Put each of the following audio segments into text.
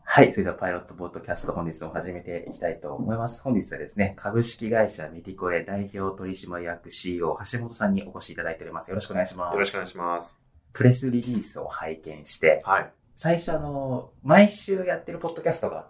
はい。それではパイロットポッドキャスト本日も始めていきたいと思います。本日はですね、株式会社メディコレ代表取締役 CEO 橋本さんにお越しいただいております。よろしくお願いします。 よろしくお願いします。 プレスリリースを拝見して、 はい。 最初毎週やってるポッドキャストがあって、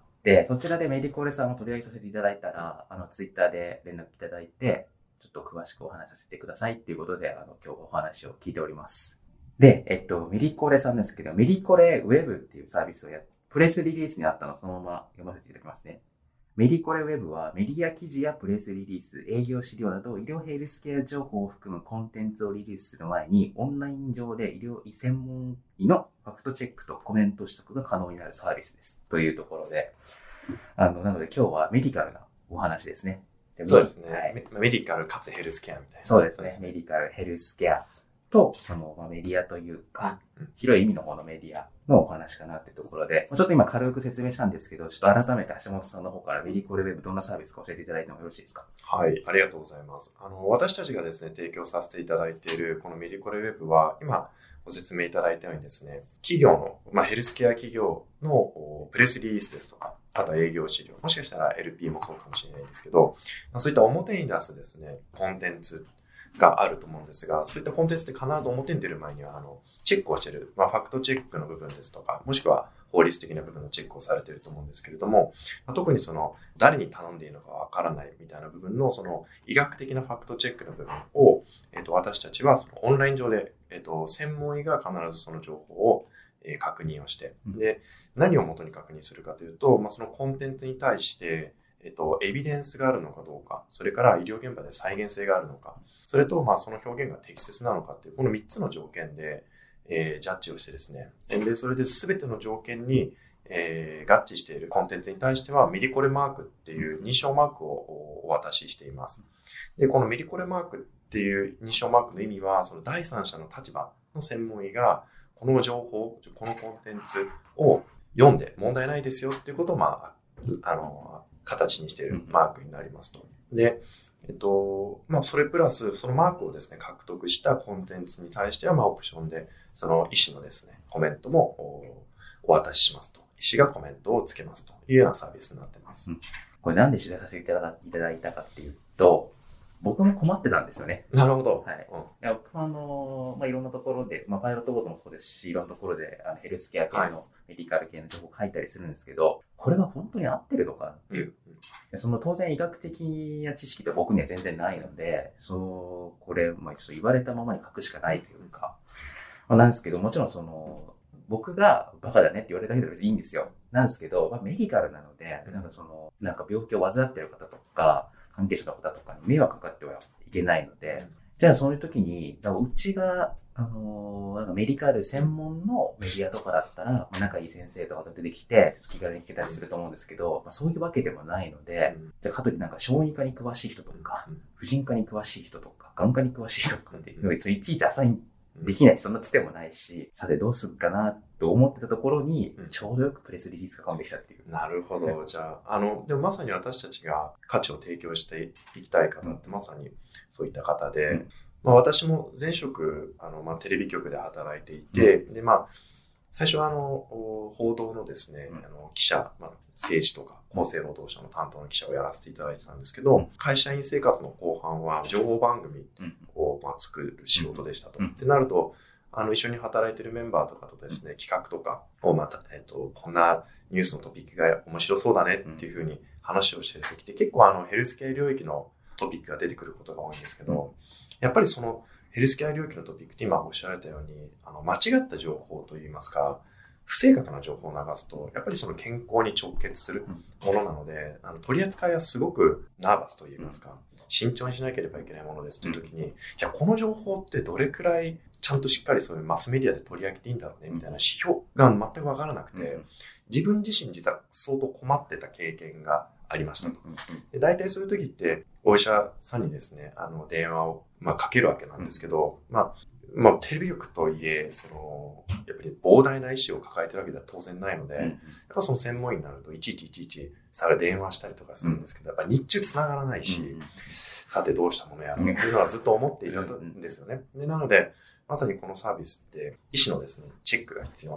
そちらでメディコレさんを取り上げさせていただいたら、ツイッターで連絡いただいて、ちょっと詳しくお話しさせてくださいっていうことで、今日お話を聞いております。で、メディコレさんですけど、メディコレウェブっていうサービスをプレスリリースにあったのをそのまま読ませていただきますね。メディコレウェブはメディア記事やプレスリリース、営業資料など医療ヘルスケア情報を含むコンテンツをリリースする前にオンライン上で医療専門医のファクトチェックとコメント取得が可能になるサービスです。というところで、なので今日はメディカルなお話ですね。 そうですね、 はい。 メディカルかつヘルスケアみたいな。 そうですね。メディカル、ヘルスケアと、メディアというか、広い意味の方のメディアのお話かなっていうところで、ちょっと今軽く説明したんですけど、ちょっと改めて橋本さんの方からメディコレウェブどんなサービスか教えていただいてもよろしいですか？ はい、ありがとうございます。私たちがですね、提供させていただいているこのメディコレウェブは、今ご説明いただいたようにですね、企業の、ヘルスケア企業のプレスリリースですとか、あとは営業資料、もしかしたら LP もそうかもしれないんですけど、そういった表に出すですね、コンテンツがあると思うんですが、そういったコンテンツって必ず表に出る前には、チェックをしている、ファクトチェックの部分ですとか、もしくは法律的な部分のチェックをされていると思うんですけれども、特に誰に頼んでいいのかわからないみたいな部分の、医学的なファクトチェックの部分を、私たちはオンライン上で、専門医が必ずその情報を確認をして、で、何を元に確認するかというと、そのコンテンツに対して、エビデンスがあるのかどうか、それから医療現場で再現性があるのか、それと、その表現が適切なのかっていう、この3つの条件で、ジャッジをしてですね。で、それで全ての条件に、合致しているコンテンツに対しては、メディコレマークっていう認証マークをお渡ししています。で、このメディコレマークっていう認証マークの意味は、その第三者の立場の専門医が、この情報、このコンテンツを読んで問題ないですよっていうことを、形にしているマークになりますと。で、それプラス、そのマークをですね、獲得したコンテンツに対しては、オプションで、その医師のですね、コメントもお渡ししますと。医師がコメントをつけますというようなサービスになっています。 これなんで取材させていただいたかっていうと、僕も困ってたんですよね。 なるほど。 はい。僕もいろんなところで、パイロットボードもそうですし、いろんなところでヘルスケア系の、メディカル系の情報を書いたりするんですけど、これは本当に合ってるのかなっていう。当然医学的な知識って僕には全然ないので、これ、ちょっと言われたままに書くしかないというか、なんですけど、もちろん僕がバカだねって言われただけで別にいいんですよ。なんですけど、メディカルなので、病気を患っている方とか、関係者の方とかに迷惑かかってはいけないので、じゃあそういう時に、うちが、メディカル専門のメディアとかだったら、仲いい先生とかと出てきて、気軽に聞けたりすると思うんですけど、そういうわけでもないので、じゃあかといって小児科に詳しい人とか、婦人科に詳しい人とか、眼科に詳しい人とかっていうのをいちいちアサインできない、そんなつてもないし、さてどうするかなと思ってたところに、ちょうどよくプレスリリースが込んできたっていう。 なるほど。じゃあ、でもまさに私たちが価値を提供していきたい方ってまさにそういった方で、私も前職、テレビ局で働いていて、で、最初は報道のですね、記者、政治とか厚生労働省の担当の記者をやらせていただいてたんですけど、会社員生活の後半は情報番組を作る仕事でしたと。ってなると、一緒に働いているメンバーとかとですね、企画とかをこんなニュースのトピックが面白そうだねっていうふうに話をしているときって結構ヘルスケア領域のトピックが出てくることが多いんですけど、やっぱりそのヘルスケア領域のトピックって今おっしゃられたように、間違った情報といいますか、不正確な情報を流すと、やっぱりその健康に直結するものなので、取り扱いはすごくナーバスといいますか、慎重にしなければいけないものですというときに、じゃあこの情報ってどれくらいちゃんとしっかりそういうマスメディアで取り上げていいんだろうね、みたいな指標が全くわからなくて、自分自身実は相当困ってた経験がありましたと。で、大体そういう時って、お医者さんにですね、電話を、かけるわけなんですけど、テレビ局といえ、やっぱり膨大な意思を抱えてるわけでは当然ないので、やっぱその専門医になると、いちいち電話したりとかするんですけど、やっぱ日中繋がらないし、さてどうしたものやろうっていうのはずっと思っていたんですよね。で、なので、まさにこのサービスって、医師のですね、チェックが必要な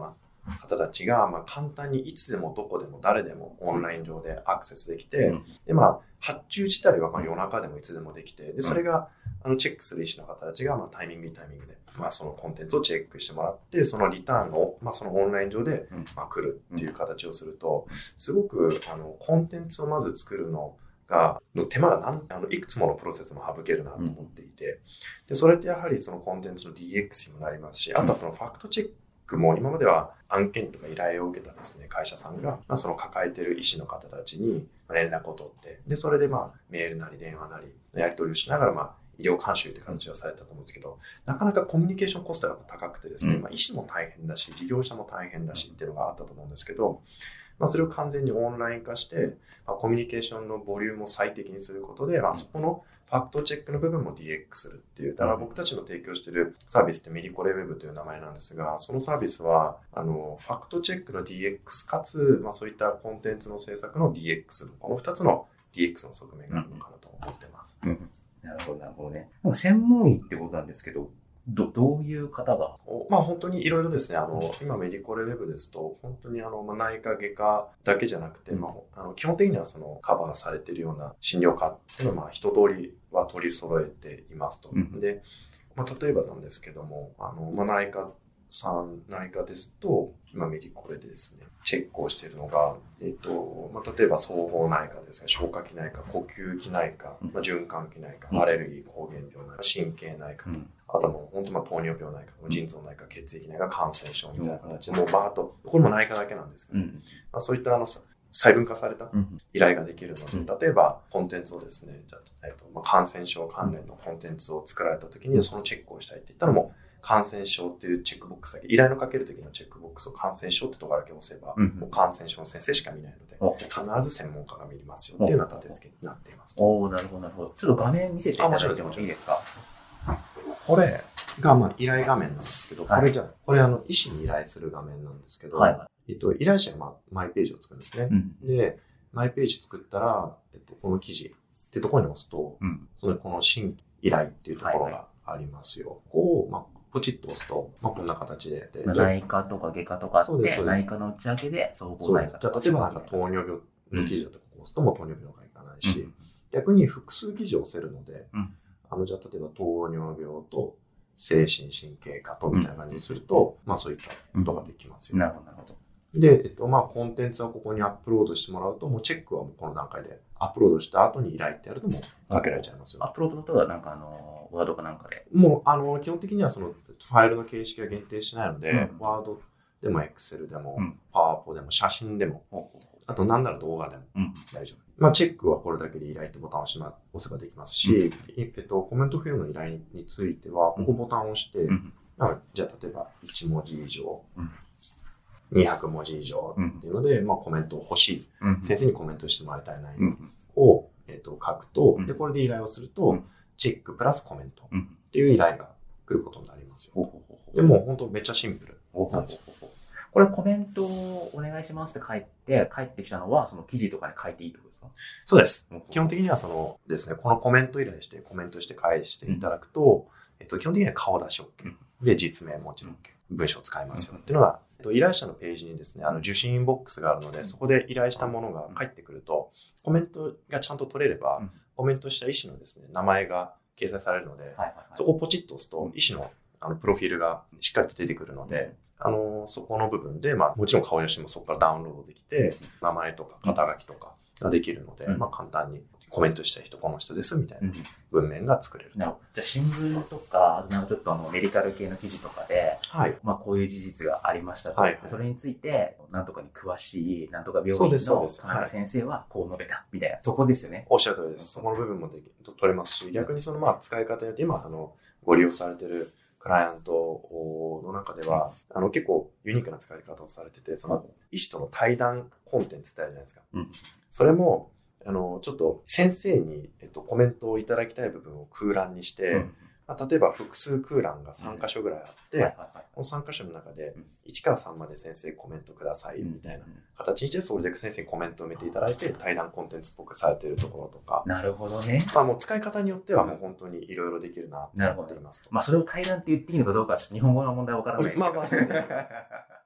方たちが、まあ、簡単にいつでもどこでも誰でもオンライン上でアクセスできて、で、まあ、発注自体はまあ夜中でもいつでもできて、で、それが、チェックする医師の方たちが、まあ、タイミングで、まあ、そのコンテンツをチェックしてもらって、そのリターンを、まあ、そのオンライン上で、まあ、来るっていう形をすると、すごく、コンテンツをまず作るの手間がいくつものプロセスも省けるなと思っていて、で、それってやはりそのコンテンツの DX にもなりますし、あとはそのファクトチェックも今までは案件とか依頼を受けたですね、会社さんが、まあ、その抱えている医師の方たちに連絡を取って、で、それでまあ、メールなり電話なり、やり取りをしながら、まあ、医療監修という形をされたと思うんですけど、なかなかコミュニケーションコストが高くてですね、まあ、医師も大変だし、事業者も大変だしっていうのがあったと思うんですけど、まあ、それを完全にオンライン化して、まあ、コミュニケーションのボリュームを最適にすることで、まあ、そこのファクトチェックの部分も DX するっていう。だから僕たちの提供しているサービスってミリコレウェブという名前なんですが、そのサービスは、ファクトチェックの DX かつ、まあそういったコンテンツの制作の DX の、この2つの DX の側面があるのかなと思ってます。 なるほど、なるほどね。専門医ってことなんですけど、どういう方がまあ本当にいろいろですね、今メディコレウェブですと、本当にまあ内科外科だけじゃなくて、まあ基本的にはそのカバーされているような診療科っていうのは、まあ一通りは取り揃えていますと。で、まあ例えばなんですけども、まあ内科ですと、今メディコレでですね、チェックをしているのが、まあ、例えば総合内科ですね、消化器内科、呼吸器内科、まあ、循環器内科、アレルギー、膠原病内科、神経内科、あとはもう本当まあ糖尿病内科、腎臓内科、血液内科、感染症みたいな形で、もうバーッと、これも内科だけなんですけど、まあ、そういった細分化された依頼ができるので、例えばコンテンツをですね、まあ、感染症関連のコンテンツを作られた時にそのチェックをしたいって言ったらもう、感染症っていうチェックボックスだけ、依頼のかけるときのチェックボックスを感染症ってところだけ押せば、もう感染症の先生しか見ないので、必ず専門家が見ますよっていうような立て付けになっています。 なるほど、なるほど。ちょっと画面見せていただいてもいいですか？ これが、まあ、依頼画面なんですけど、これ医師に依頼する画面なんですけど、依頼者が、まあ、マイページを作るんですね。で、マイページ作ったら、この記事ってところに押すと、この新依頼っていうところがありますよ。ここを、まあポチッと押すと、まあ、こんな形で。 内科とか外科とかって、内科の内訳で総合内科とか。 じゃあ、例えばなんか糖尿病の記事だとここ押すともう糖尿病がいかないし、逆に複数記事を押せるので、じゃあ、例えば糖尿病と精神神経科とみたいな感じにすると、まあそういったことができますよ。 なるほど、なるほど。 で、まあコンテンツはここにアップロードしてもらうと、もうチェックはもうこの段階でアップロードした後に依頼ってやるともうかけられちゃいますよ。 アップロードとはなんかワードかなんかで。 もう基本的にはそのファイルの形式は限定しないので、ワードでもエクセルでも、パワポでも写真でも、あとなんなら動画でも大丈夫。まあチェックはこれだけで依頼ってボタンを押せばできますし、コメントフィールドの依頼については、ここボタンを押して、じゃあ例えば1文字以上、200文字以上っていうので、まあコメントを欲しい。先生にコメントしてもらいたい内容を、書くと、で、これで依頼をすると、チェックプラスコメントっていう依頼が来ることになりますよ。でも本当めっちゃシンプルなんですよ。 これコメントをお願いしますって帰ってきたのはその記事とかに書いていいってことですか？ そうです。基本的にはですね、このコメント依頼してコメントして返していただくと、基本的には顔出し OK。で、実名もちろん OK。文章を使いますよっていうのが、依頼者のページにですね、受信インボックスがあるので、そこで依頼したものが返ってくると、コメントがちゃんと取れれば、コメントした医師のですね、名前が掲載されるので、そこをポチッと押すと、医師のプロフィールがしっかりと出てくるので、そこの部分で、まあ、もちろん顔写真もそこからダウンロードできて、名前とか肩書きとかができるので、まあ、簡単にコメントした人、この人です、みたいな文面が作れる。 なるほど。じゃあ、新聞とか、なんかちょっとメディカル系の記事とかで、まあ、こういう事実がありましたと。それについて、なんとかに詳しい、なんとか病院の田中先生はこう述べた、みたいな。そこですよね。 おっしゃる通りです。そこの部分も取れますし、逆にまあ、使い方によって、今、ご利用されているクライアントの中では、結構ユニークな使い方をされてて、医師との対談コンテンツってあるじゃないですか。それも、ちょっと先生に、コメントをいただきたい部分を空欄にして、まあ、例えば複数空欄が3箇所ぐらいあって、この3箇所の中で1から3まで先生コメントくださいみたいな形にして、それで先生にコメントを埋めていただいて、対談コンテンツっぽくされているところとか。 なるほどね。 まあもう使い方によってはもう本当にいろいろできるなと思っていますと。 まあそれを対談って言っていいのかどうか、日本語の問題はわからないですけど。 まあ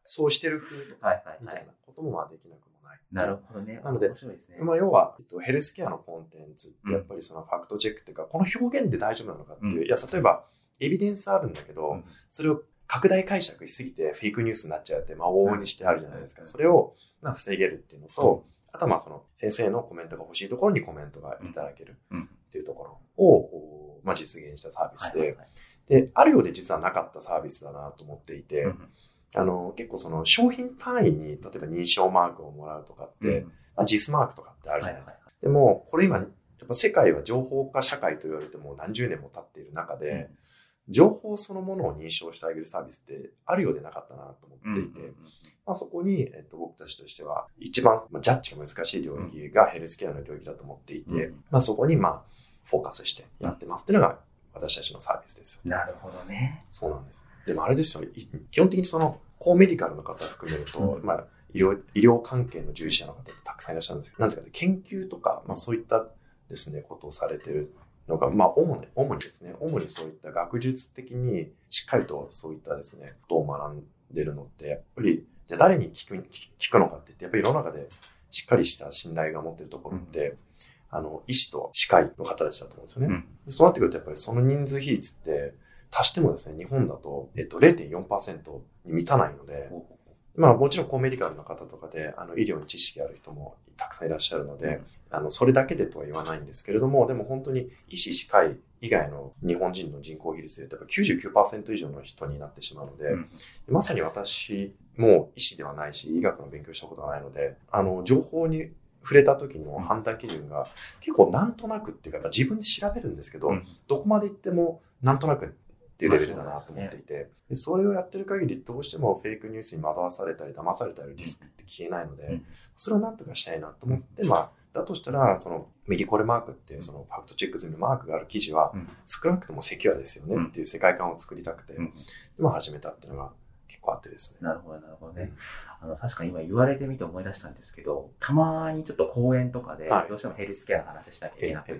そうしてる風とか、 はいはいはい。 みたいなこともまあできなくもない。 なるほどね。 なので、 面白いですね。 まあ、要は、ヘルスケアのコンテンツってやっぱりそのファクトチェックっていうか、この表現で大丈夫なのかっていう、いや、例えば、エビデンスあるんだけど、それを拡大解釈しすぎてフェイクニュースになっちゃうって、まあ、往々にしてあるじゃないですか。それを、まあ、防げるっていうのと、あとはまあ、その、先生のコメントが欲しいところにコメントがいただけるっていうところを、まあ、実現したサービスで、で、あるようで実はなかったサービスだなと思っていて、結構その商品単位に、例えば認証マークをもらうとかって、まあ、JIS マークとかってあるじゃないですか。でも、これ今、やっぱ世界は情報化社会と言われても何十年も経っている中で、情報そのものを認証してあげるサービスってあるようでなかったなと思っていて、まあ、そこに、僕たちとしては一番、まあ、ジャッジが難しい領域がヘルスケアの領域だと思っていて、まあ、そこにまあフォーカスしてやってますっていうのが私たちのサービスですよ。 なるほどね。 そうなんです。でもあれですよね。基本的にそのコーメディカルの方を含めると、まあ医療関係の従事者の方ってたくさんいらっしゃるんですけど、なんですかね、研究とか、まあそういったですね、ことをされてるのが、まあ主にですね、主にそういった学術的にしっかりとそういったですね、ことを学んでるのって、やっぱり、じゃあ誰に聞くのかって言って、やっぱり世の中でしっかりした信頼が持ってるところって、医師と歯科医の方たちだと思うんですよね。でそうなってくると、やっぱりその人数比率って、足してもですね、日本だと、0.4% に満たないので、まあもちろんコメディカルの方とかで、医療に知識ある人もたくさんいらっしゃるので、それだけでとは言わないんですけれども、でも本当に医師、歯科医以外の日本人の人口比率で、やっぱ 99% 以上の人になってしまうので、まさに私も医師ではないし、医学の勉強したことがないので、情報に触れた時の判断基準が結構なんとなくっていうか、自分で調べるんですけど、どこまで行ってもなんとなくっていうレベルだなと思っていて、でそれをやってる限りどうしてもフェイクニュースに惑わされたり騙されたりリスクって消えないので、それをなんとかしたいなと思って、まあ、だとしたら、そのメディコレマークっていうそのファクトチェック済みのマークがある記事は、少なくともセキュアですよねっていう世界観を作りたくて、今始めたっていうのが結構あってですね。 なるほど、なるほどね。確かに今言われてみて思い出したんですけど、たまにちょっと講演とかで、どうしてもヘルスケアの話しなきゃいけなくって、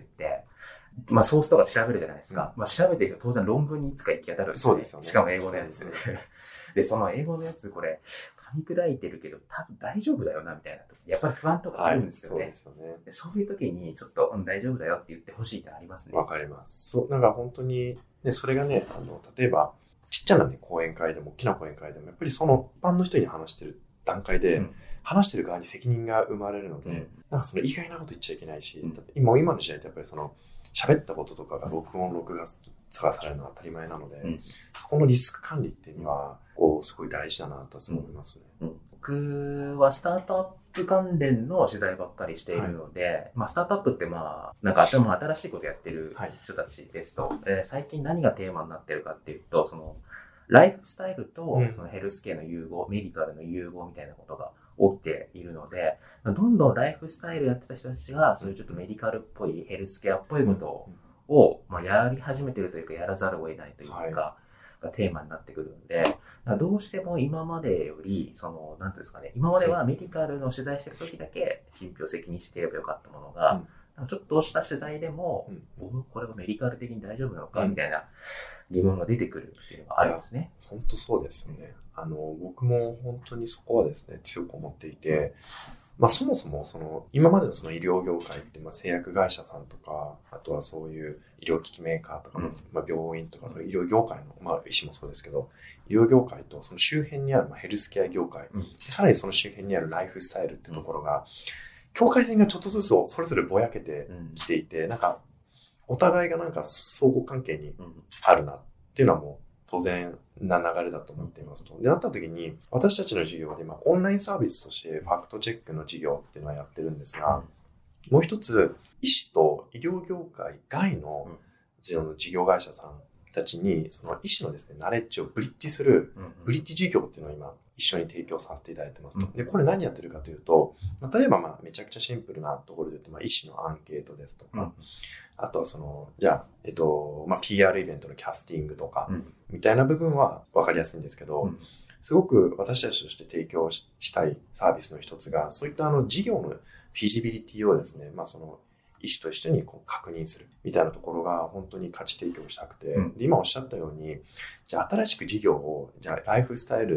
まあソースとか調べるじゃないですか。まあ調べてると当然論文にいつか行き当たるんですよね。そうですよね。しかも英語のやつ。で、その英語のやつ、これ、噛み砕いてるけど、多分大丈夫だよな、みたいな。やっぱり不安とかあるんですよね。そうですよね。でそういう時に、ちょっと、大丈夫だよって言ってほしいってありますね。 わかります。そう、だから本当に、ね、それがね、例えば、ちっちゃなね、講演会でも、大きな講演会でも、やっぱりその一般の人に話してる段階で、話してる側に責任が生まれるので、なんかその意外なこと言っちゃいけないし、今の時代ってやっぱりその、喋ったこととかが録画されるのは当たり前なので、そこのリスク管理っていうのは、すごい大事だなと思いますね。 僕はスタートアップ関連の取材ばっかりしているので、まあスタートアップってまあ、なんか新しいことやってる人たちですと、最近何がテーマになってるかっていうと、その、ライフスタイルとそのヘルスケアの融合、メディカルの融合みたいなことが起きているので、どんどんライフスタイルやってた人たちが、そういうちょっとメディカルっぽい、ヘルスケアっぽいことを、まあ、やり始めてるというか、やらざるを得ないというか、がテーマになってくるんで、どうしても今までより、その、なんていうんですかね、今まではメディカルの取材してる時だけ信憑性にしていればよかったものが、ちょっとした取材でも、これがメディカル的に大丈夫なのかみたいな疑問が出てくるっていうのがあるんですね。 本当そうですよね。僕も本当にそこはですね、強く思っていて、まあそもそも今までのその医療業界って、まあ製薬会社さんとか、あとはそういう医療機器メーカーとか、まあ病院とか、そういう医療業界の、まあ医師もそうですけど、医療業界とその周辺にあるまあヘルスケア業界、でさらにその周辺にあるライフスタイルってところが、境界線がちょっとずつそれぞれぼやけてきていて、なんか、お互いがなんか相互関係にあるなっていうのはもう当然な流れだと思っていますと。で、なった時に、私たちの授業で今、オンラインサービスとしてファクトチェックの授業っていうのはやってるんですが、もう一つ、医師と医療業界外の事業会社さんたちに、その医師のですね、ナレッジをブリッジする、ブリッジ授業っていうのを今、一緒に提供させていただいてますと。で、これ何やってるかというと、例えばまあ、めちゃくちゃシンプルなところで言うと、まあ、医師のアンケートですとか、あとはじゃあ、まあ、PR イベントのキャスティングとか、みたいな部分は分かりやすいんですけど、すごく私たちとして提供したいサービスの一つが、そういった事業のフィジビリティをですね、まあ医師と一緒に確認するみたいなところが本当に価値提供したくて、で今おっしゃったように、じゃあ新しく事業を、じゃあライフスタイル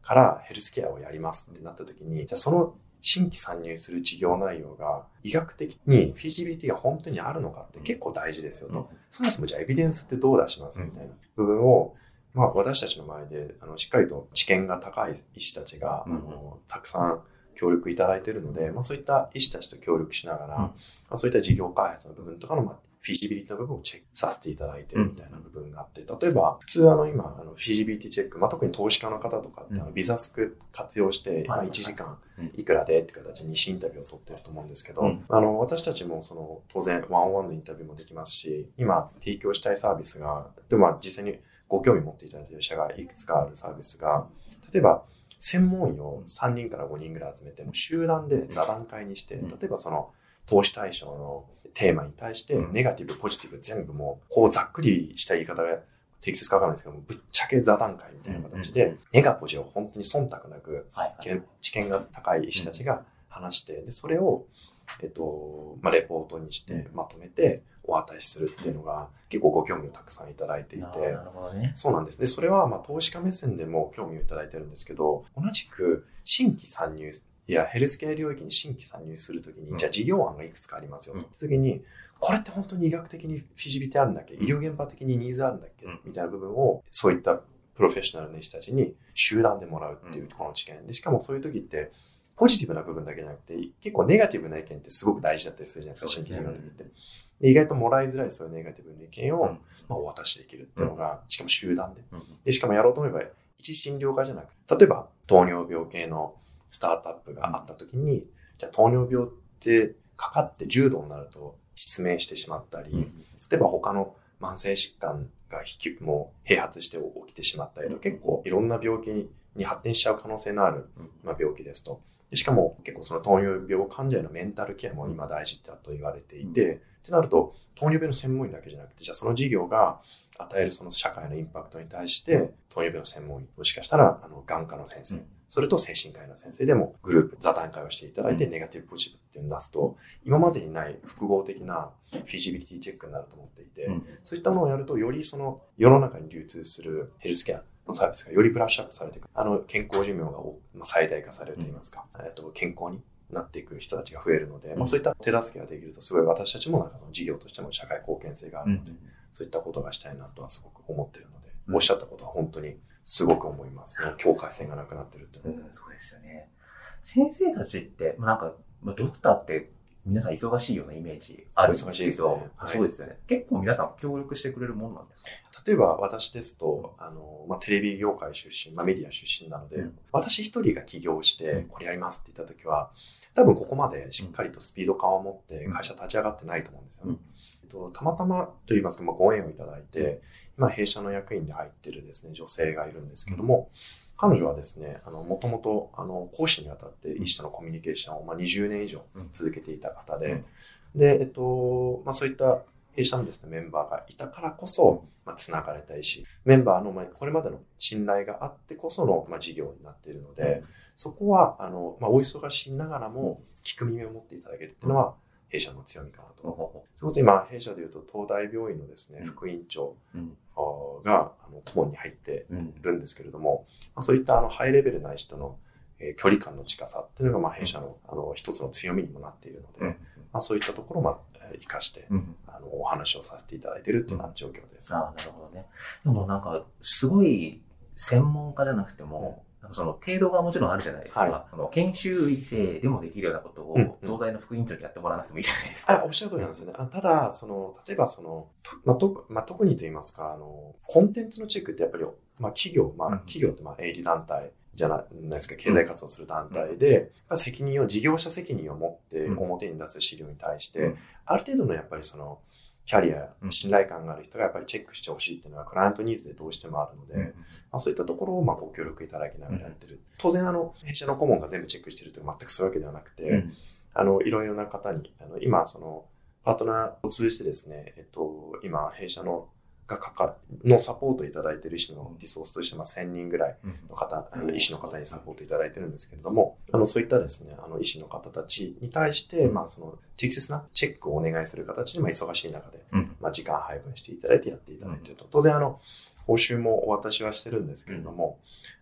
からヘルスケアをやりますってなった時に、じゃあその新規参入する事業内容が医学的にフィジビリティが本当にあるのかって結構大事ですよと。そもそもじゃあエビデンスってどう出しますみたいな部分を、私たちの周りで、しっかりと知見が高い医師たちが、たくさん協力いただいているので、そういった医師たちと協力しながら、そういった事業開発の部分とかの、フィジビリティの部分をチェックさせていただいているみたいな部分があって、例えば、普通今、フィジビリティチェック、特に投資家の方とかって、ビザスク活用して、1時間いくらでっていう形にインタビューを取っていると思うんですけど、私たちも当然、ワンオンワンのインタビューもできますし、今、提供したいサービスが、でも実際にご興味持っていただいている社がいくつかあるサービスが、例えば、専門医を3人から5人ぐらい集めて、集団で座談会にして、例えば投資対象のテーマに対して、ネガティブ、ポジティブ全部もう、ざっくりした言い方が適切かわからないですけども、ぶっちゃけ座談会みたいな形で、ネガポジを本当に忖度なく、知見が高い医師たちが話して、で、それを、レポートにしてまとめてお渡しするっていうのが結構ご興味をたくさんいただいていて、そうなんですね。それは投資家目線でも興味をいただいてるんですけど、同じく新規参入やヘルスケア領域に新規参入するときに、じゃあ事業案がいくつかありますよと。ときに、これって本当に医学的にフィジビリティあるんだっけ、医療現場的にニーズあるんだっけ、みたいな部分を、そういったプロフェッショナルの医師たちに集団でもらうっていうこの知見で、しかもそういう時って、ポジティブな部分だけじゃなくて、結構ネガティブな意見ってすごく大事だったりするじゃないですか、新規事業の時って。で意外ともらいづらいそういうネガティブな意見を、お渡しできるっていうのが、しかも集団で。で、しかもやろうと思えば、一診療科じゃなくて、例えば糖尿病系のスタートアップがあった時に、じゃあ糖尿病ってかかって重度になると失明してしまったり、例えば他の慢性疾患がもう併発して起きてしまったりと、結構いろんな病気に発展しちゃう可能性のある、病気ですと。しかも結構その糖尿病患者へのメンタルケアも今大事だと言われていて、ってなると糖尿病の専門医だけじゃなくて、じゃあその事業が与えるその社会のインパクトに対して糖尿病の専門医、もしかしたら眼科の先生、それと精神科医の先生でもグループ座談会をしていただいて、ネガティブポジティブっていうのを出すと、今までにない複合的なフィジビリティチェックになると思っていて、そういったものをやると、よりその世の中に流通するヘルスケアのサービスがよりブラッシュアップされていく。健康寿命が最大化されると言いますか、健康になっていく人たちが増えるので、そういった手助けができると、すごい私たちもその事業としても社会貢献性があるので、そういったことがしたいなとはすごく思っているので、おっしゃったことは本当にすごく思います。境界線がなくなってるっていうのは。 そうですよね。先生たちって、ドクターって皆さん忙しいようなイメージあるんですけど、忙しいですね。そうですよね。結構皆さん協力してくれるもんなんですか？ 例えば私ですと、テレビ業界出身、メディア出身なので、私一人が起業して、これやりますって言ったときは、多分ここまでしっかりとスピード感を持って会社立ち上がってないと思うんですよね。たまたまと言いますか、ご縁をいただいて、今弊社の役員で入っているですね、女性がいるんですけども、彼女はですね、もともと、講師にあたって医師とのコミュニケーションを、20年以上続けていた方で、で、そういった弊社のですね、メンバーがいたからこそ、繋がれた医師、メンバーの、これまでの信頼があってこその、事業になっているので、そこは、お忙しいながらも、聞く耳を持っていただけるっていうのは、弊社の強みかなと。そういうこと今、弊社でいうと、東大病院のですね、副院長が、顧問に入っているんですけれども、そういったハイレベルな人の、距離感の近さっていうのが、弊社の、一つの強みにもなっているので、そういったところを、活かして、お話をさせていただいているっていうような状況です。 なるほどね。でもすごい専門家じゃなくても、その程度がもちろんあるじゃないですか。研修医生でもできるようなことを、東大の副院長にやってもらわなくてもいいじゃないですか。 おっしゃる通りなんですよね。ただ、例えば特にと言いますか、コンテンツのチェックってやっぱり、企業って営利団体じゃないですか、経済活動する団体で、事業者責任を持って表に出す資料に対して、ある程度のやっぱりキャリア、信頼感がある人がやっぱりチェックしてほしいっていうのはクライアントニーズでどうしてもあるので、そういったところをご協力いただきながらやってる。当然弊社の顧問が全部チェックしてるって全くそういうわけではなくて、いろいろな方に、今パートナーを通じてですね、今弊社のサポートいただいている医師のリソースとして1000人ぐらいの方、医師の方にサポートいただいているんですけれども、そういったですね、医師の方たちに対して、適切なチェックをお願いする形で、忙しい中で、時間配分していただいてやっていただいていると。当然報酬もお渡しはしてるんですけれども、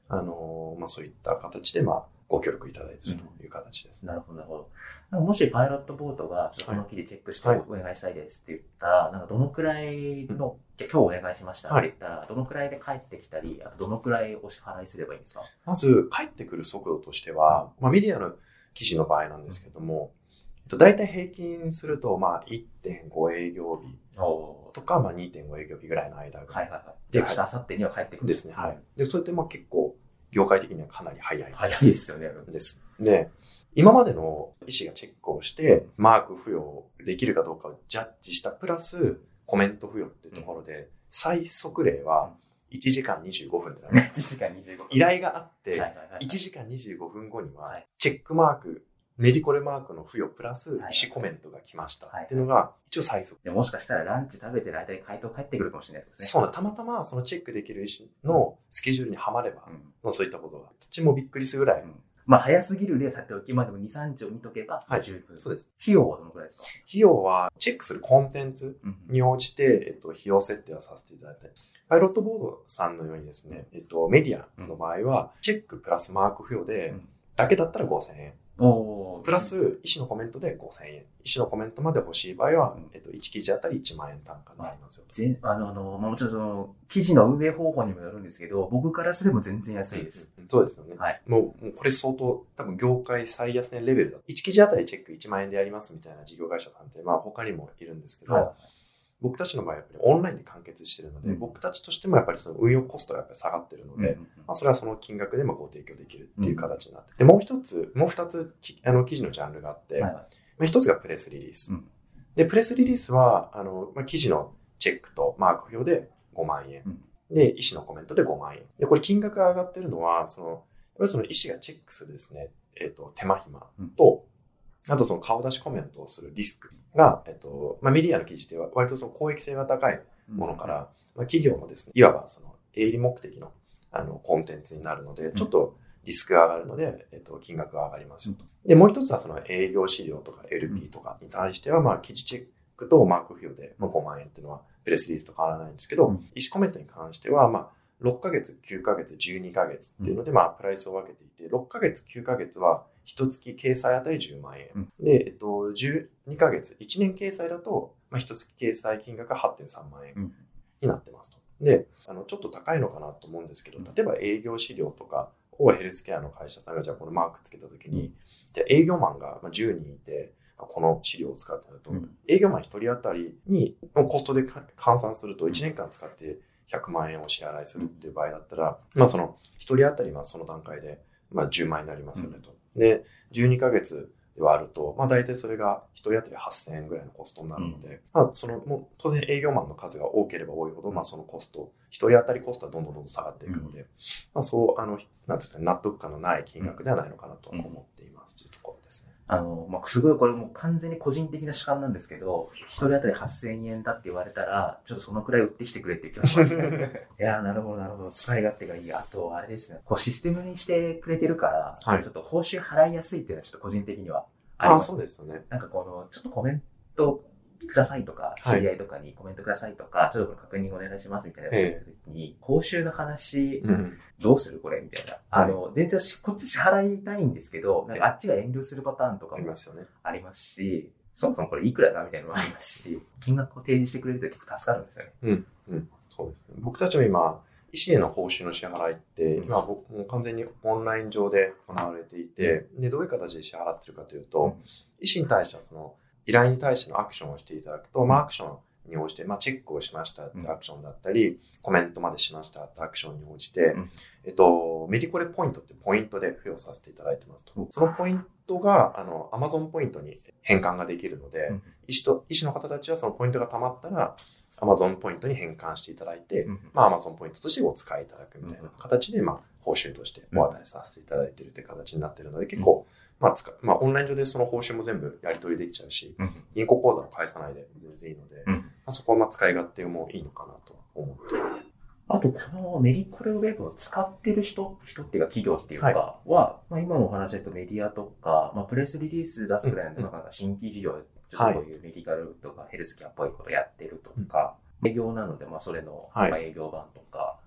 そういった形で、ご協力いただいているという形です。 なるほど、なるほど。もしパイロットボートが、この記事チェックしてお願いしたいですって言ったら、なんかどのくらいの、今日お願いしましたって言ったら、どのくらいで帰ってきたり、あとどのくらいお支払いすればいいんですか？ まず、帰ってくる速度としては、メディアの記事の場合なんですけども、だいたい平均すると、1.5 営業日とか、2.5 営業日ぐらいの間はいはいはい。で、明日、明後日には帰ってくる。 ですね。はい。で、それって結構、業界的にはかなり早い。 早いですよね。 です。で、今までの医師がチェックをして、マーク付与できるかどうかをジャッジしたプラス、コメント付与っていうところで、最速例は1時間25分で 1時間25分。 依頼があって、1時間25分後には、チェックマーク、メディコレマークの付与プラス、医師コメントが来ましたっていうのが、一応最速。 もしかしたらランチ食べてる間に回答返ってくるかもしれないですね。 そうだ、たまたまそのチェックできる医師のスケジュールにはまれば、そういったことが、どっちもびっくりするぐらい。 早すぎる例さておき、でも2、3日を見とけば十分。 そうです。 費用はどのくらいですか？ 費用は、チェックするコンテンツに応じて、費用設定はさせていただいて、パイロットボードさんのようにですね、メディアの場合は、チェックプラスマーク付与で、だけだったら5000円。プラス、医師のコメントで5000円。医師のコメントまで欲しい場合は、1記事あたり1万円単価になりますよ。 もちろんその、記事の運営方法にもよるんですけど、僕からすれば全然安いです。 そうですよね。はい。もうこれ相当、多分業界最安値レベルだ。1記事あたりチェック1万円でやりますみたいな事業会社さんって、他にもいるんですけど、僕たちの場合はやっぱりオンラインで完結しているので、僕たちとしてもやっぱりその運用コストがやっぱり下がっているので、それはその金額でご提供できるっていう形になって。で、もう二つ、記事のジャンルがあって、一つがプレスリリース。で、プレスリリースは、記事のチェックとマーク表で5万円。で、医師のコメントで5万円。で、これ金額が上がってるのは、やっぱりその医師がチェックするですね、手間暇と、あとその顔出しコメントをするリスクが、メディアの記事では割とその公益性が高いものから、企業のですね、いわばその営利目的のコンテンツになるので、ちょっとリスクが上がるので、金額が上がりますよと。で、もう一つはその営業資料とか LP とかに対しては、記事チェックとマーク付与で5万円っていうのはプレスリリースと変わらないんですけど、医師コメントに関しては、6ヶ月、9ヶ月、12ヶ月っていうので、プライスを分けていて、6ヶ月、9ヶ月は、一月掲載あたり10万円。で、12ヶ月、1年掲載だと、一月掲載金額が 8.3 万円になってますと。で、ちょっと高いのかなと思うんですけど、例えば営業資料とかをヘルスケアの会社さんがじゃあこのマークつけたときに、じゃあ営業マンが10人いて、この資料を使ってなると、営業マン1人当たりにのコストで換算すると1年間使って100万円を支払いするっていう場合だったら、その1人当たりその段階で10万円になりますよねと。で、12ヶ月で割ると、大体それが1人当たり8000円ぐらいのコストになるので、もう当然営業マンの数が多ければ多いほど、そのコスト、1人当たりコストはどんどん下がっていくので、なんですかね、納得感のない金額ではないのかなと思っていますというところですね。 すごいこれもう完全に個人的な主観なんですけど、1人当たり8000円だって言われたら、ちょっとそのくらい売ってきてくれっていう気がしますね。いやー、なるほど、なるほど。使い勝手がいい。あと、あれですね。システムにしてくれてるから、ちょっと報酬払いやすいっていうのはちょっと個人的にはあります。 そうですよね。 なんかちょっとコメントくださいとか、知り合いとかにコメントくださいとか、ちょっと確認お願いしますみたいな時に、報酬の話、どうするこれみたいな。全然こっち支払いたいんですけど、なんかあっちが遠慮するパターンとかもありますし、そもそもこれいくらだみたいなのもありますし、金額を提示してくれると結構助かるんですよね。 そうですね。僕たちも今、医師への報酬の支払いって、今僕も完全にオンライン上で行われていて、で、どういう形で支払ってるかというと、医師に対してはその、依頼に対してのアクションをしていただくと、アクションに応じて、チェックをしましたってアクションだったり、コメントまでしましたってアクションに応じて、メディコレポイントってポイントで付与させていただいてますと。そのポイントが、Amazon ポイントに変換ができるので、医師の方たちはそのポイントが溜まったら、Amazon ポイントに変換していただいて、Amazon ポイントとしてお使いいただくみたいな形で、報酬としてお与えさせていただいているという形になっているので、結構、オンライン上でその報酬も全部やり取りできちゃうし、銀行口座を返さないで全然いいので、そこは使い勝手もいいのかなと思っています。 あと、このメディコレウェブを使ってる人っていうか企業っていうかは、今のお話ですとメディアとか、プレスリリース出すぐらいの新規事業で、こういうメディカルとかヘルスケアっぽいことやってるとか、営業なので、それの営業版とか、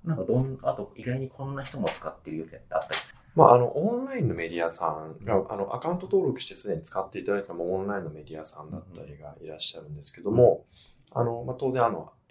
なんかあと意外にこんな人も使ってるよってあったりする？ オンラインのメディアさんが、アカウント登録してすでに使っていただいたもオンラインのメディアさんだったりがいらっしゃるんですけども、当然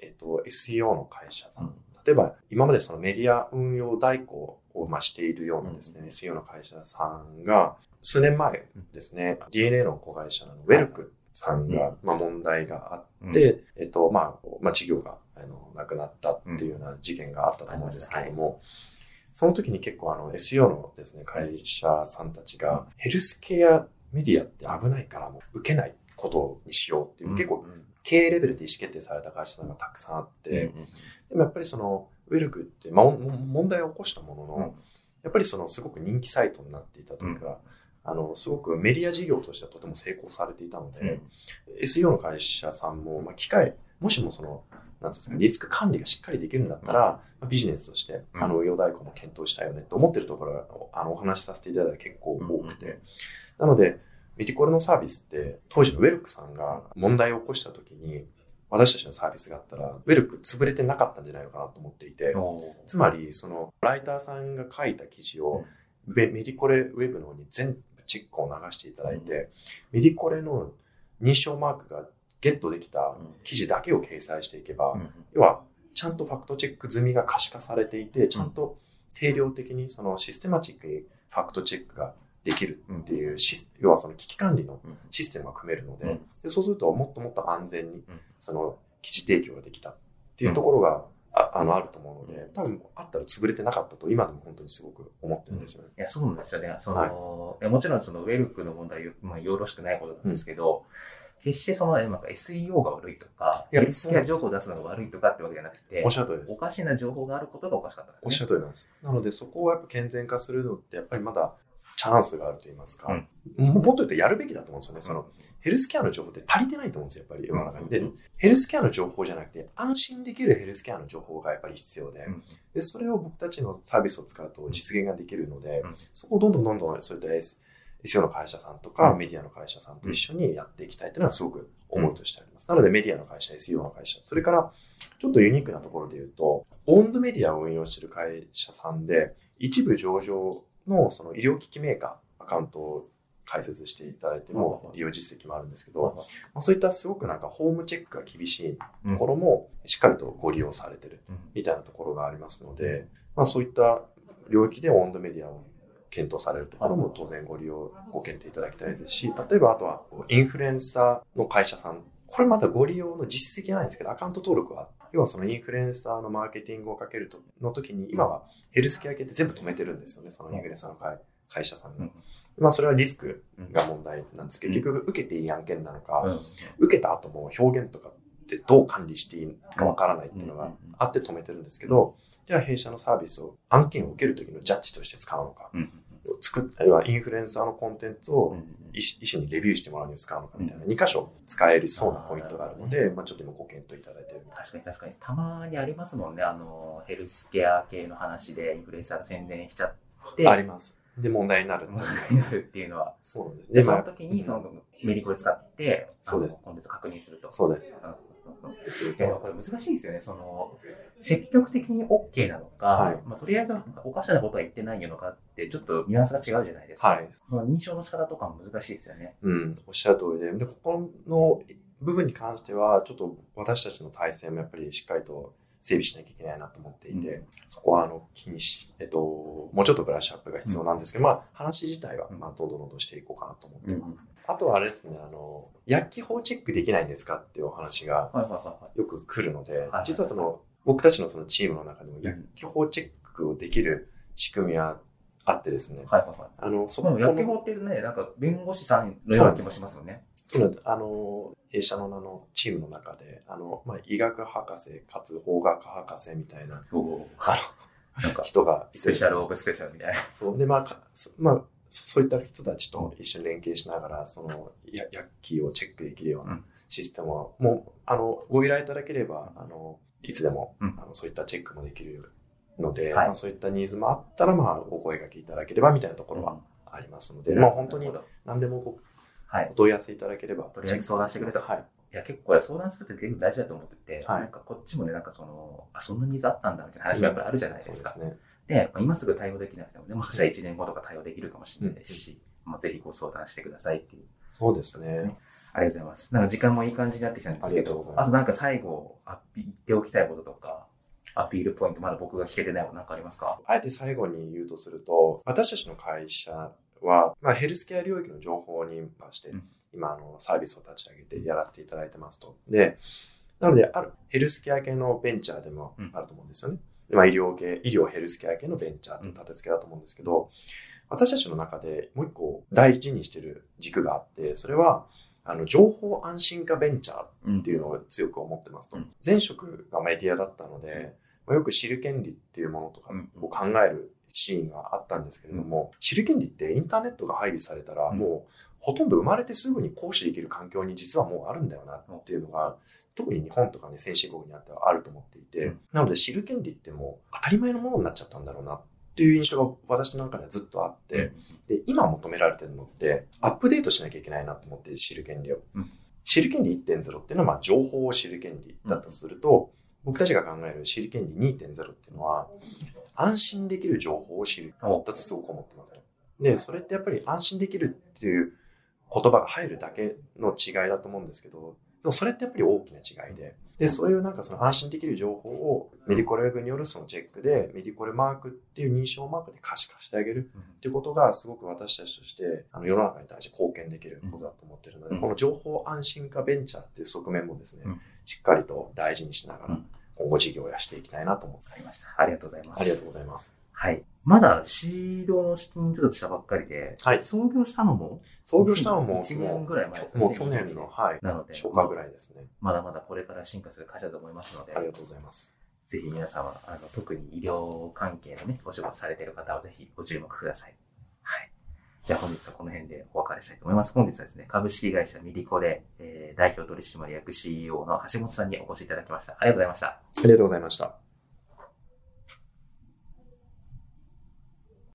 SEO の会社さん、例えば今までそのメディア運用代行をしているようなですね、SEO の会社さんが、数年前ですね、DNA の子会社のウェルクさんが、問題があって、事業がなくなったっていうような事件があったと思うんですけれども、その時に結構SEO のですね、会社さんたちが、ヘルスケアメディアって危ないからもう受けないことにしようっていう、結構経営レベルで意思決定された会社さんがたくさんあって、でもやっぱりそのウェルクって問題を起こしたものの、やっぱりそのすごく人気サイトになっていたというか、すごくメディア事業としてはとても成功されていたので、SEO の会社さんも、もしもその、なんですか、リスク管理がしっかりできるんだったら、ビジネスとして、運用代行も検討したいよねと思ってるところが、お話しさせていただいた結構多くて、なので、メディコレのサービスって、当時のウェルクさんが問題を起こした時に、私たちのサービスがあったら、ウェルク潰れてなかったんじゃないのかなと思っていて、つまり、その、ライターさんが書いた記事を、メディコレウェブの方に全部チェックを流していただいて、メディコレの認証マークがゲットできた記事だけを掲載していけば、要は、ちゃんとファクトチェック済みが可視化されていて、ちゃんと定量的にそのシステマチックにファクトチェックができるっていう、要はその危機管理のシステムが組めるので、そうするともっともっと安全にその記事提供ができたっていうところがあると思うので、多分あったら潰れてなかったと今でも本当にすごく思ってるんですよね。 いや、そうなんですよね。もちろんそのウェルクの問題はよろしくないことなんですけど、決してその、SEO が悪いとか、ヘルスケア情報を出すのが悪いとかってわけじゃなくて、 おっしゃる通りです。 おかしな情報があることがおかしかったんですね。 おっしゃる通りなんです。なのでそこをやっぱ健全化するのってやっぱりまだチャンスがあると言いますか、もっと言うとやるべきだと思うんですよね。そのヘルスケアの情報って足りてないと思うんですよ、やっぱり世の中に。で、ヘルスケアの情報じゃなくて安心できるヘルスケアの情報がやっぱり必要で、でそれを僕たちのサービスを使うと実現ができるので、そこをどんどんそういったSEO の会社さんとかメディアの会社さんと一緒にやっていきたいというのはすごく思うとしてあります。なのでメディアの会社、SEO の会社、それからちょっとユニークなところで言うと、オウンドメディアを運用している会社さんで、一部上場のその医療機器メーカーアカウントを開設していただいても利用実績もあるんですけど、そういったすごくなんかホームチェックが厳しいところもしっかりとご利用されてるみたいなところがありますので、そういった領域でオウンドメディアを検討されるところも当然ご検討いただきたいですし、例えばあとはインフルエンサーの会社さん、これまたご利用の実績はないんですけど、アカウント登録は、要はそのインフルエンサーのマーケティングをかけるの時に、今はヘルスケア系って全部止めてるんですよね、そのインフルエンサーの会社さんが。それはリスクが問題なんですけど、結局受けていい案件なのか、受けた後も表現とかってどう管理していいかわからないっていうのがあって止めてるんですけど、じゃあ弊社のサービスを案件を受ける時のジャッジとして使うのか、あるいはインフルエンサーのコンテンツを一緒にレビューしてもらうに使うのかみたいな2箇所使えるそうなポイントがあるので、ちょっと今ご検討いただいている。 確かに。たまにありますもんね。ヘルスケア系の話でインフルエンサーが宣伝しちゃって。 あります。で、問題になるっていうのは。 そうなんですね。 で、その時に、メディコレ使って、 そうです。 コンテンツを確認すると。 そうです。 でもこれ難しいですよね。積極的に OK なのか、とりあえずおかしなことは言ってないのかって、ちょっとニュアンスが違うじゃないですか。認証の仕方とかも難しいですよね。 おっしゃる通りで、ここの部分に関しては、ちょっと私たちの体制もやっぱりしっかりと整備しなきゃいけないなと思っていて、そこはもうちょっとブラッシュアップが必要なんですけど、話自体はどんどんしていこうかなと思っています。あとはあれですね、薬機法チェックできないんですかっていうお話がよく来るので、実は僕たちのそのチームの中でも薬機法チェックをできる仕組みはあってですね。 薬機法ってね、なんか弁護士さんのような気もしますよね。 弊社のチームの中で、医学博士かつ法学博士みたいな、人がスペシャルオブスペシャルみたいな。 そう。で、そういった人たちと一緒に連携しながら、薬機をチェックできるようなシステムを、もう、ご依頼いただければ、いつでも、そういったチェックもできるので、そういったニーズもあったら、お声掛けいただければみたいなところはありますので、本当に何でもお問い合わせいただければ。 とりあえず相談してくれと。 いや、結構これ相談するって結構大事だと思ってて、 はい、 なんかこっちもね、なんかそんなニーズあったんだみたいな話もやっぱりあるじゃないですか。 そうですね。 で、今すぐ対応できなくてもね、もしかしたら1年後とか対応できるかもしれないですし、ぜひご相談してくださいっていう。 そうですね。 ありがとうございます。なんか時間もいい感じになってきたんですけど、あとなんか最後、言っておきたいこととか、アピールポイント、まだ僕が聞けてないことなんかありますか？ あえて最後に言うとすると、私たちの会社は、ヘルスケア領域の情報に関して、今サービスを立ち上げてやらせていただいてますと。で、なので、あるヘルスケア系のベンチャーでもあると思うんですよね。医療ヘルスケア系のベンチャーという立て付けだと思うんですけど、私たちの中でもう一個大事にしている軸があって、それは、情報安心化ベンチャーっていうのを強く思ってますと。前職がメディアだったので、よく知る権利っていうものとかを考えるシーンがあったんですけれども、知る権利ってインターネットが配備されたら、もうほとんど生まれてすぐに行使できる環境に実はもうあるんだよなっていうのが、特に日本とかね、先進国にあってはあると思っていて、なので知る権利ってもう当たり前のものになっちゃったんだろうなっていう印象が私の中ではずっとあって、で、今求められてるのって、アップデートしなきゃいけないなと思って、知る権利を。知る権利 1.0 っていうのは、情報を知る権利だとすると、僕たちが考える知る権利 2.0 っていうのは、安心できる情報を知るだとすごく思ってます。で、それってやっぱり安心できるっていう言葉が入るだけの違いだと思うんですけど、でもそれってやっぱり大きな違いで、そういうその安心できる情報をメディコレウェブによるそのチェックで、メディコレマークっていう認証マークで可視化してあげるっていうことがすごく私たちとして世の中に対して貢献できることだと思っているので、この情報安心化ベンチャーっていう側面もですね、しっかりと大事にしながら今後事業をやしていきたいなと思っておりました。 ありがとうございます。 ありがとうございます。 はい。まだシードの資金ちょっとしたばっかりで、はい、創業したのも1年ぐらい前ですね。 もう去年の、はい。なので、初夏ぐらいですね。 まだまだこれから進化する会社だと思いますので、 ありがとうございます。 ぜひ皆様、特に医療関係のね、お仕事されている方はぜひご注目ください。はい。じゃあ本日はこの辺でお別れしたいと思います。本日はですね、株式会社ミディコレ、代表取締役 CEO の橋本さんにお越しいただきました。ありがとうございました。 ありがとうございました。